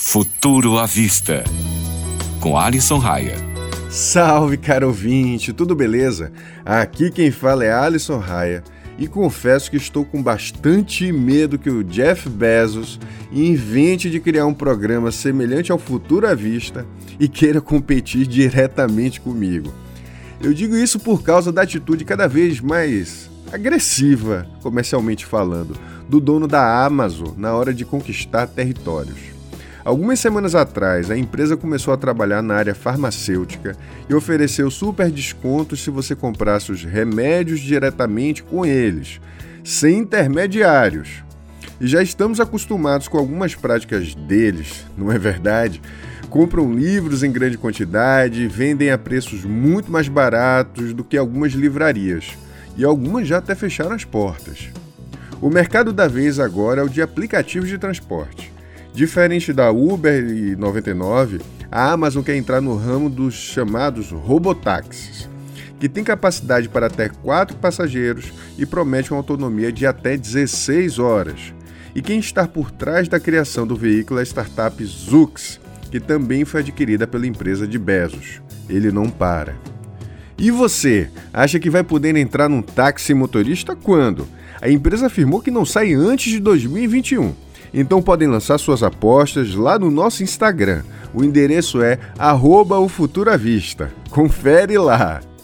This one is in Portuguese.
Futuro à Vista, com Alisson Raia. Salve, caro ouvinte, tudo beleza? Aqui quem fala é Alisson Raia e confesso que estou com bastante medo que o Jeff Bezos invente de criar um programa semelhante ao Futuro à Vista e queira competir diretamente comigo. Eu digo isso por causa da atitude cada vez mais agressiva, comercialmente falando, do dono da Amazon na hora de conquistar territórios. Algumas semanas atrás, a empresa começou a trabalhar na área farmacêutica e ofereceu super descontos se você comprasse os remédios diretamente com eles, sem intermediários. E já estamos acostumados com algumas práticas deles, não é verdade? Compram livros em grande quantidade e vendem a preços muito mais baratos do que algumas livrarias. E algumas já até fecharam as portas. O mercado da vez agora é o de aplicativos de transporte. Diferente da Uber e 99, a Amazon quer entrar no ramo dos chamados robotáxis, que tem capacidade para até 4 passageiros e promete uma autonomia de até 16 horas. E quem está por trás da criação do veículo é a startup Zoox, que também foi adquirida pela empresa de Bezos. Ele não para. E você, acha que vai poder entrar num táxi motorista quando? A empresa afirmou que não sai antes de 2021. Então podem lançar suas apostas lá no nosso Instagram. O endereço é @ofuturavista. Confere lá!